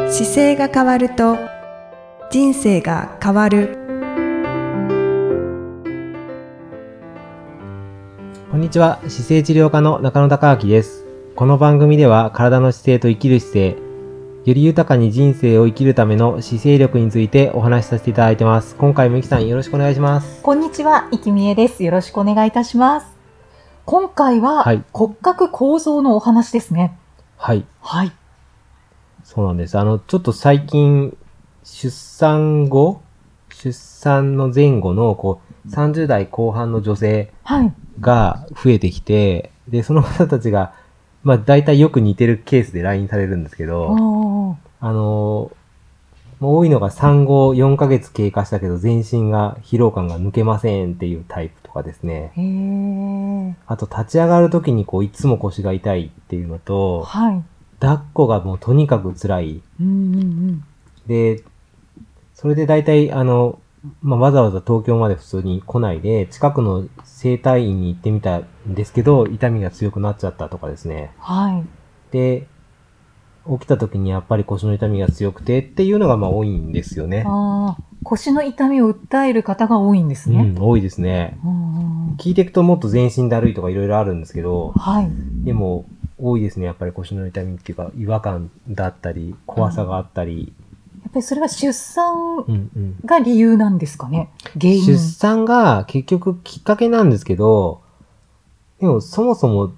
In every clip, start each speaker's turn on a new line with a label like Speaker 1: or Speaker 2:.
Speaker 1: 姿勢が変わると人生が変わる。
Speaker 2: こんにちは。姿勢治療科の中野孝明です。この番組では体の姿勢と生きる姿勢、より豊かに人生を生きるための姿勢力についてお話しさせていただいてます。今回もいきさんよろしくお願いします。
Speaker 3: こんにちは、いきみえです。よろしくお願いいたします。今回は、骨格構造のお話ですね。
Speaker 2: はい。
Speaker 3: はい。
Speaker 2: そうなんです。ちょっと最近、出産の前後の、30代後半の女性が増えてきて、で、その方たちが、大体よく似てるケースで LINE されるんですけど、多いのが産後4ヶ月経過したけど全身が疲労感が抜けませんっていうタイプとかですね。あと立ち上がるときにいつも腰が痛いっていうのと、抱っこがもうとにかく辛い。で、それで大体わざわざ東京まで普通に来ないで、近くの整体院に行ってみたんですけど、痛みが強くなっちゃったとかですね。で、起きた時にやっぱり腰の痛みが強くてっていうのが多いんですよね。
Speaker 3: 腰の痛みを訴える方が多いんですね。
Speaker 2: 多いですね。聞いていくともっと全身だるいとかいろいろあるんですけど、でも多いですね。やっぱり腰の痛みっていうか違和感だったり、怖さがあったり。
Speaker 3: やっぱりそれは出産が理由なんですかね、原因。
Speaker 2: 出産が結局きっかけなんですけど、でもそもそも、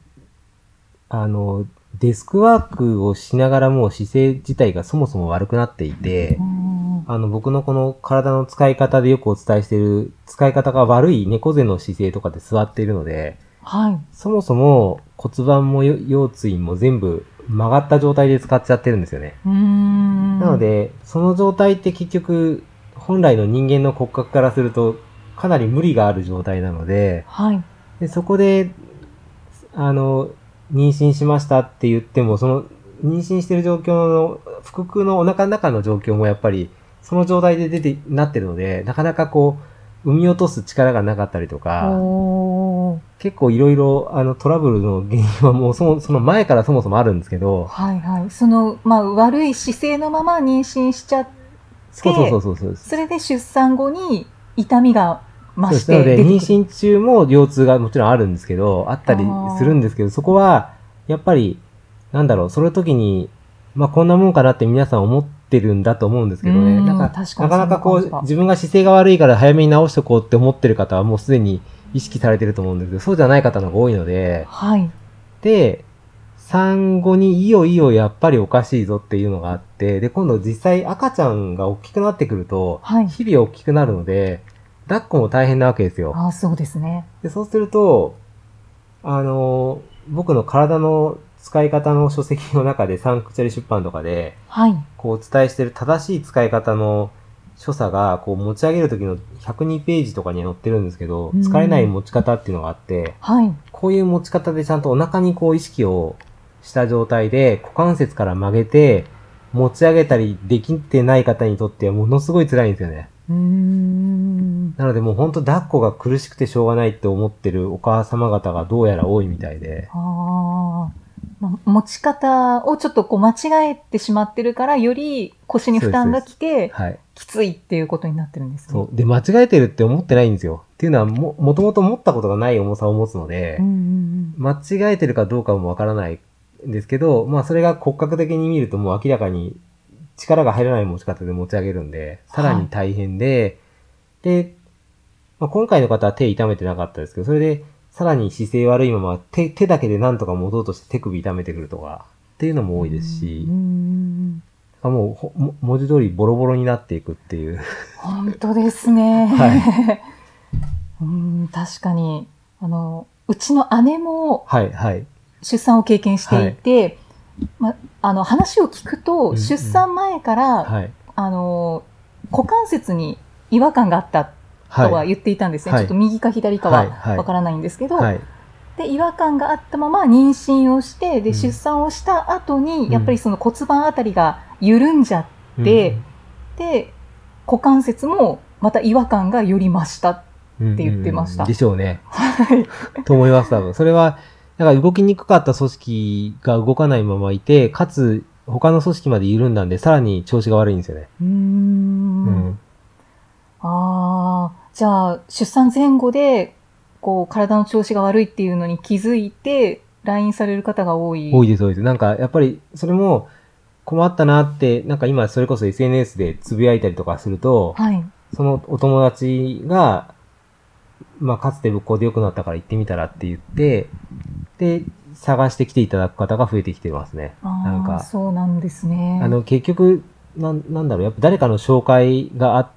Speaker 2: デスクワークをしながらもう姿勢自体がそもそも悪くなっていて、僕のこの体の使い方でよくお伝えしている使い方が悪い猫背の姿勢とかで座っているので、そもそも骨盤も腰椎も全部曲がった状態で使っちゃってるんですよね。なので、その状態って結局、本来の人間の骨格からすると、かなり無理がある状態なので、でそこで、妊娠しましたって言っても、その、妊娠してる状況の、腹腔のお腹の中の状況もやっぱり、その状態でなってるので、なかなか産み落とす力がなかったりとか、結構いろいろトラブルの原因はもうその前からそもそもあるんですけど、
Speaker 3: その、悪い姿勢のまま妊娠しちゃって、
Speaker 2: そう
Speaker 3: それで出産後に痛みが増して
Speaker 2: なので、妊娠中も腰痛がもちろんあるんですけど、あったりするんですけど、そこは、やっぱり、その時に、こんなもんかなって皆さん思ってるんだと思うんですけどね。なかなか自分が姿勢が悪いから早めに直しとこうって思ってる方はもうすでに意識されてると思うんですけど、そうじゃない方の方が多いので、で、産後にいよいよやっぱりおかしいぞっていうのがあって、で、今度実際赤ちゃんが大きくなってくると、日々大きくなるので、抱っこも大変なわけですよ。
Speaker 3: そうですね。
Speaker 2: で、そうすると、僕の体の使い方の書籍の中でサンクチャリ出版とかで、お伝えしている正しい使い方の所作が、持ち上げる時の102ページとかに載ってるんですけど、疲れない持ち方っていうのがあって、こういう持ち方でちゃんとお腹に意識をした状態で股関節から曲げて持ち上げたりできてない方にとってはものすごい辛いんですよね。なのでもう本当抱っこが苦しくてしょうがないって思ってるお母様方がどうやら多いみたいで。
Speaker 3: 持ち方をちょっと間違えてしまってるからより腰に負担がきてきついっていうことになってるんですね。
Speaker 2: そう。で、間違えてるって思ってないんですよ。っていうのはもともと持ったことがない重さを持つので、間違えてるかどうかもわからないんですけど、それが骨格的に見るともう明らかに力が入らない持ち方で持ち上げるんで、さらに大変で、で、今回の方は手痛めてなかったですけど、それでさらに姿勢悪いまま手だけでなんとか持とうとして手首痛めてくるとかっていうのも多いですし、もう文字通りボロボロになっていくっていう。
Speaker 3: 本当ですね。確かにうちの姉も出産を経験していて、話を聞くと、出産前から、股関節に違和感があったとは言っていたんですね。ちょっと右か左かはわからないんですけど、で、違和感があったまま妊娠をして、で、出産をした後に、やっぱりその骨盤あたりが緩んじゃって、で、股関節もまた違和感がより増したって言ってました。
Speaker 2: でしょうね。と思います、多分。それは、だから動きにくかった組織が動かないままいて、かつ他の組織まで緩んだんで、さらに調子が悪いんですよね。
Speaker 3: じゃあ、出産前後で、こう、体の調子が悪いっていうのに気づいて、来院される方が多い。
Speaker 2: 多いです、多いです。なんか、やっぱり、それも、困ったなって、なんか今、それこそ SNS でつぶやいたりとかすると、はい、そのお友達が、まあ、かつて僕こうで良くなったから行ってみたらって言って、で、探してきていただく方が増えてきてますね。なんか。
Speaker 3: そうなんですね。
Speaker 2: 結局、なんだろう、やっぱ誰かの紹介があって、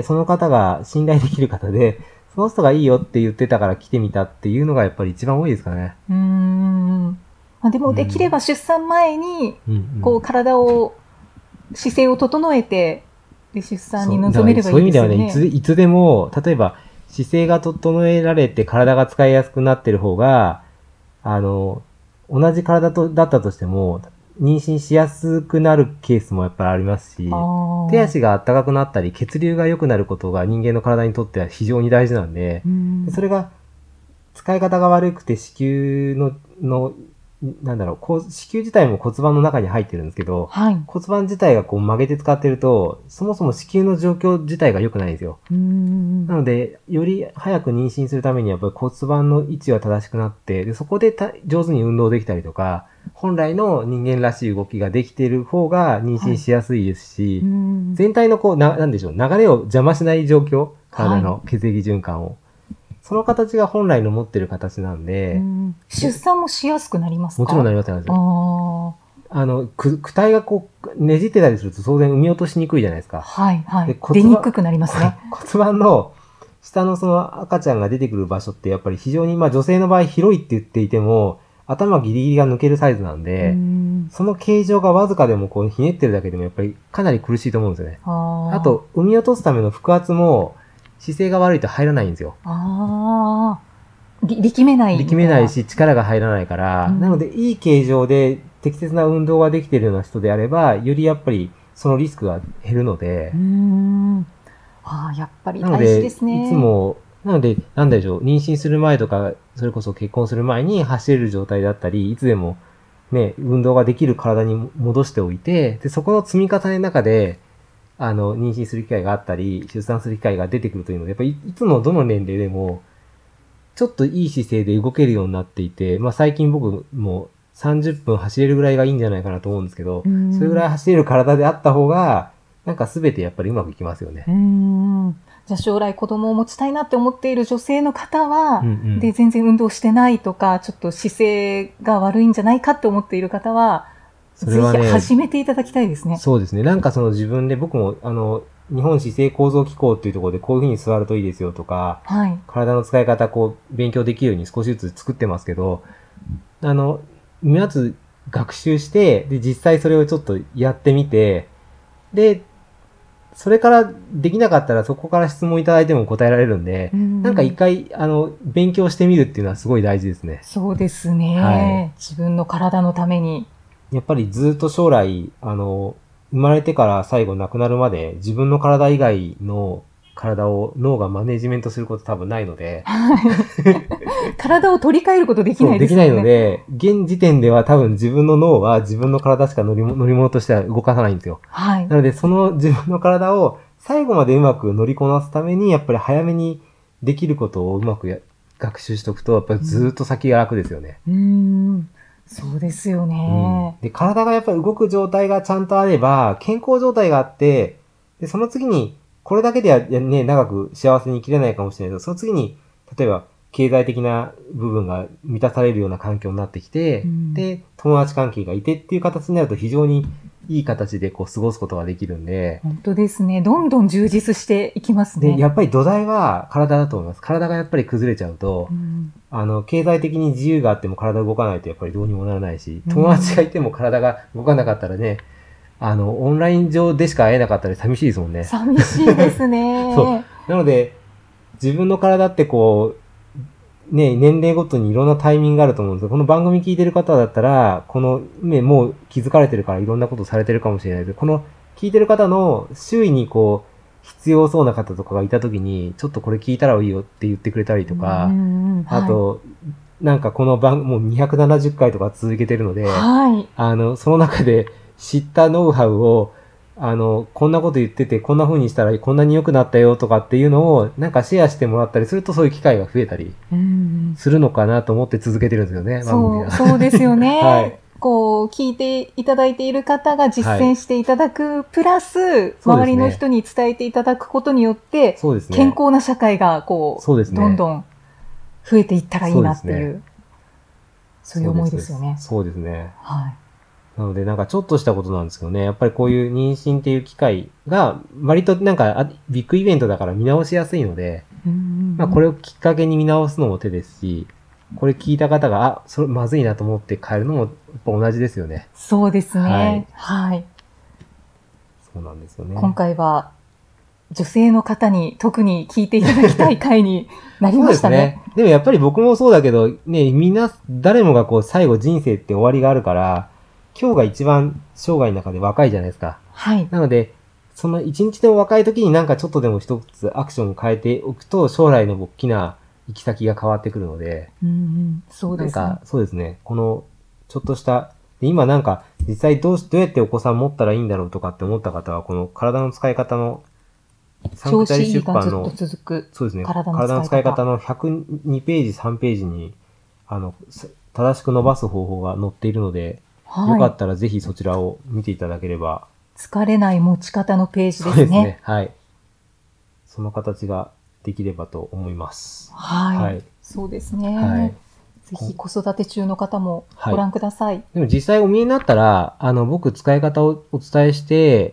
Speaker 2: その方が信頼できる方で、その人がいいよって言ってたから来てみたっていうのがやっぱり一番多いですかね。
Speaker 3: でもできれば出産前に、こう体を、姿勢を整えて、で出産に臨めればいいですよね。そういう意味ではね、
Speaker 2: いつでも、例えば姿勢が整えられて体が使いやすくなってる方が、同じ体だったとしても、妊娠しやすくなるケースもやっぱりありますし、手足が暖かくなったり、血流が良くなることが人間の体にとっては非常に大事なんで、それが使い方が悪くて子宮のなんだろう、子宮自体も骨盤の中に入ってるんですけど、はい、骨盤自体がこう曲げて使ってると、そもそも子宮の状況自体が良くないんですよ。なので、より早く妊娠するためにやっぱり骨盤の位置は正しくなって、でそこで上手に運動できたりとか、本来の人間らしい動きができている方が妊娠しやすいですし、はい、全体のこうなんでしょう、流れを邪魔しない状況、体の血液循環を。はい、その形が本来の持ってる形なんで、
Speaker 3: 出産もしやすくなりますか？
Speaker 2: もちろんなりますよ。躯体がこう、ねじってたりすると当然産み落としにくいじゃないですか。
Speaker 3: はいはい。出にくくなりますね。
Speaker 2: 骨盤の下のその赤ちゃんが出てくる場所ってやっぱり非常に、まあ女性の場合広いって言っていても、頭ギリギリが抜けるサイズなんで、その形状がわずかでもこうひねってるだけでもやっぱりかなり苦しいと思うんですよね。あと、産み落とすための腹圧も姿勢が悪いと入らないんですよ。
Speaker 3: 力めない。
Speaker 2: 力めないし力が入らないから、なのでいい形状で適切な運動ができているような人であれば、よりやっぱりそのリスクが減るので。
Speaker 3: やっぱり大事ですね。
Speaker 2: いつも、なので、なんでしょう、妊娠する前とか、それこそ結婚する前に走れる状態だったり、いつでもね、運動ができる体に戻しておいて、で、そこの積み重ねの中で、妊娠する機会があったり、出産する機会が出てくるというので、やっぱりいつのどの年齢でも、ちょっといい姿勢で動けるようになっていて、まあ最近僕も30分走れるぐらいがいいんじゃないかなと思うんですけど、それぐらい走れる体であった方が、なんか全てやっぱりうまくいきますよね。
Speaker 3: じゃあ将来子供を持ちたいなって思っている女性の方は、で、全然運動してないとか、ちょっと姿勢が悪いんじゃないかって思っている方は、ぜひ始めていただきたいですね。
Speaker 2: そうですね。なんかその自分で僕も、日本姿勢構造機構っていうところでこういう風に座るといいですよとか、はい、体の使い方こう勉強できるように少しずつ作ってますけど、まず学習して、で、実際それをちょっとやってみて、で、それからできなかったらそこから質問いただいても答えられるんで、なんか一回、勉強してみるっていうのはすごい大事ですね。
Speaker 3: そうですね。はい、自分の体のために。
Speaker 2: やっぱりずっと将来、生まれてから最後亡くなるまで自分の体以外の体を脳がマネジメントすること多分ないので。
Speaker 3: 体を取り替えることできないです
Speaker 2: よね。できないので、現時点では多分自分の脳は自分の体しか乗り物としては動かさないんですよ。はい。なのでその自分の体を最後までうまく乗りこなすために、やっぱり早めにできることをうまく学習しておくと、やっぱりずっと先が楽ですよね。
Speaker 3: そうですよね、
Speaker 2: で、体がやっぱり動く状態がちゃんとあれば、健康状態があって、で、その次に、これだけではね、長く幸せに生きれないかもしれないけど、その次に、例えば、経済的な部分が満たされるような環境になってきて、で、友達関係がいてっていう形になると非常にいい形でこう過ごすことができるんで。
Speaker 3: 本当ですね。どんどん充実していきますね。
Speaker 2: で、やっぱり土台は体だと思います。体がやっぱり崩れちゃうと、経済的に自由があっても体動かないとやっぱりどうにもならないし、友達がいても体が動かなかったらね、オンライン上でしか会えなかったら寂しいですもんね。
Speaker 3: 寂しいですね。
Speaker 2: そう。なので、自分の体ってこう、ね、年齢ごとにいろんなタイミングがあると思うんですけど、この番組聞いてる方だったら、この、ね、もう気づかれてるからいろんなことされてるかもしれないけど、この聞いてる方の周囲にこう、必要そうな方とかがいたときに、ちょっとこれ聞いたらいいよって言ってくれたりとか、あと、なんかこのもう270回とか続けてるので、はい、その中で知ったノウハウを、こんなこと言ってて、こんな風にしたらこんなに良くなったよとかっていうのを、なんかシェアしてもらったりすると、そういう機会が増えたりするのかなと思って続けてるんですよね、番組は。
Speaker 3: そうですよね。
Speaker 2: はい。
Speaker 3: こう、聞いていただいている方が実践していただく、プラス、周りの人に伝えていただくことによって、そうですね。健康な社会が、こう、そうですね。どんどん増えていったらいいなっていう、そういう思いですよね。
Speaker 2: そうですね。はい。なので、なんかちょっとしたことなんですけどね、やっぱりこういう妊娠っていう機会が、割となんかビッグイベントだから見直しやすいので、まあこれをきっかけに見直すのも手ですし、これ聞いた方が、それまずいなと思って変えるのもやっぱ同じですよね。
Speaker 3: そうですね。はい。
Speaker 2: そうなんですよね。
Speaker 3: 今回は、女性の方に特に聞いていただきたい回になりましたね。そうですね。
Speaker 2: でもやっぱり僕もそうだけど、ね、みんな、誰もがこう最後人生って終わりがあるから、今日が一番生涯の中で若いじゃないですか。はい。なので、その一日でも若い時になんかちょっとでも一つアクションを変えておくと、将来の大きな行き先が変わってくるので。
Speaker 3: そうですね。
Speaker 2: なんか、そうですね。この、ちょっとした、今なんか、実際どうやってお子さん持ったらいいんだろうとかって思った方は、この体の使い方の、
Speaker 3: サンクチャリ出版の、
Speaker 2: そうですね。体の使い方の102ページ、3ページに、正しく伸ばす方法が載っているので、はい、よかったらぜひそちらを見ていただければ。
Speaker 3: 疲れない持ち方のページですね。
Speaker 2: そうですね。はい。その形ができればと思います。
Speaker 3: はい。はい、そうですね。はい。ぜひ子育て中の方もご覧ください。はい、
Speaker 2: でも実際お見えになったら、僕使い方をお伝えして、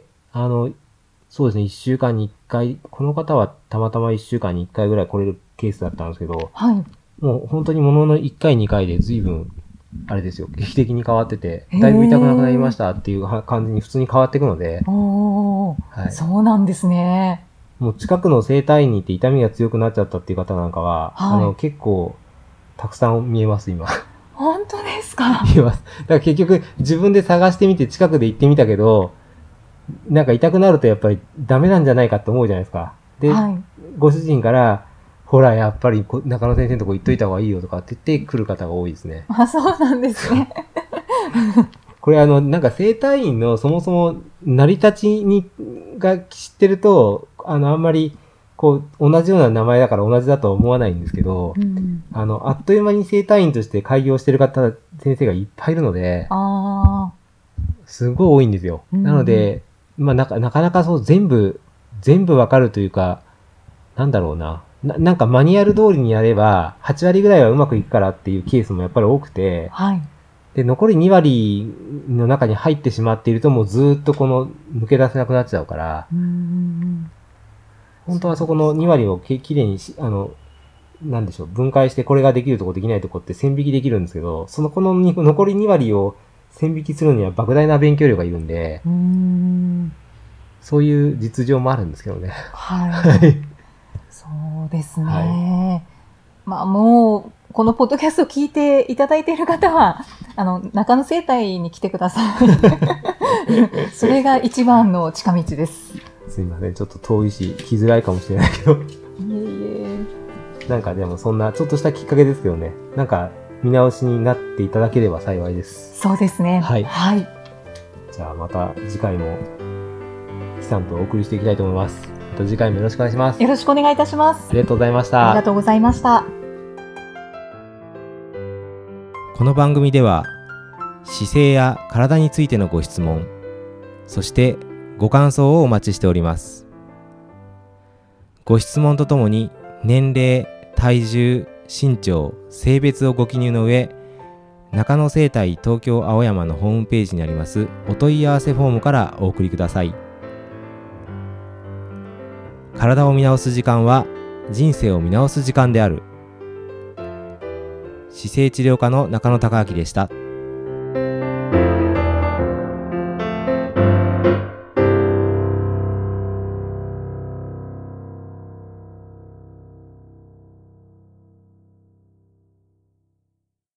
Speaker 2: そうですね、1週間に1回、この方はたまたま1週間に1回ぐらい来れるケースだったんですけど、はい。もう本当にものの1回2回で随分、あれですよ、劇的に変わってて、だいぶ痛くなくなりましたっていう感じに普通に変わっていくので。
Speaker 3: はい、そうなんですね。
Speaker 2: もう近くの整体院に行って痛みが強くなっちゃったっていう方なんかは、はい、結構、たくさん見えます、今。
Speaker 3: 本当ですか？
Speaker 2: 見えます。だから結局、自分で探してみて近くで行ってみたけど、なんか痛くなるとやっぱりダメなんじゃないかって思うじゃないですか。で、はい、ご主人から、ほら、やっぱり中野先生のとこ行っといた方がいいよとかって言って来る方が多いですね。
Speaker 3: あ、そうなんですね。
Speaker 2: これなんか整体院のそもそも成り立ちが知ってると、あんまり、こう、同じような名前だから同じだとは思わないんですけど、あっという間に整体院として開業してる方、先生がいっぱいいるので、すごい多いんですよ。なので、まあ、なかなかそう全部わかるというか、なんだろうな。なんかマニュアル通りにやれば、8割ぐらいはうまくいくからっていうケースもやっぱり多くて、はい。で、残り2割の中に入ってしまっているともうずっと抜け出せなくなっちゃうから、本当はそこの2割をきれいになんでしょう、分解してこれができるとこできないとこって線引きできるんですけど、この残り2割を線引きするには莫大な勉強量がいるんで、そういう実情もあるんですけどね。
Speaker 3: はい。そうですね。はい、まあもう、このポッドキャストを聞いていただいている方は、中野整体に来てください。それが一番の近道です。
Speaker 2: すいません。ちょっと遠いし、来づらいかもしれないけど。いえ。なんかでもそんな、ちょっとしたきっかけですけどね。なんか、見直しになっていただければ幸いです。
Speaker 3: そうですね。
Speaker 2: はい。はい。じゃあまた次回も、キさんとお送りしていきたいと思います。また次回もよろしくお願いします。
Speaker 3: よろしくお願いいたします。
Speaker 2: ありがとうございました。
Speaker 3: ありがとうございました。
Speaker 2: この番組では、姿勢や体についてのご質問、そしてご感想をお待ちしております。ご質問とともに、年齢、体重、身長、性別をご記入の上、中野整体東京青山のホームページにありますお問い合わせフォームからお送りください。体を見直す時間は人生を見直す時間である。姿勢治療科の中野孝明でした。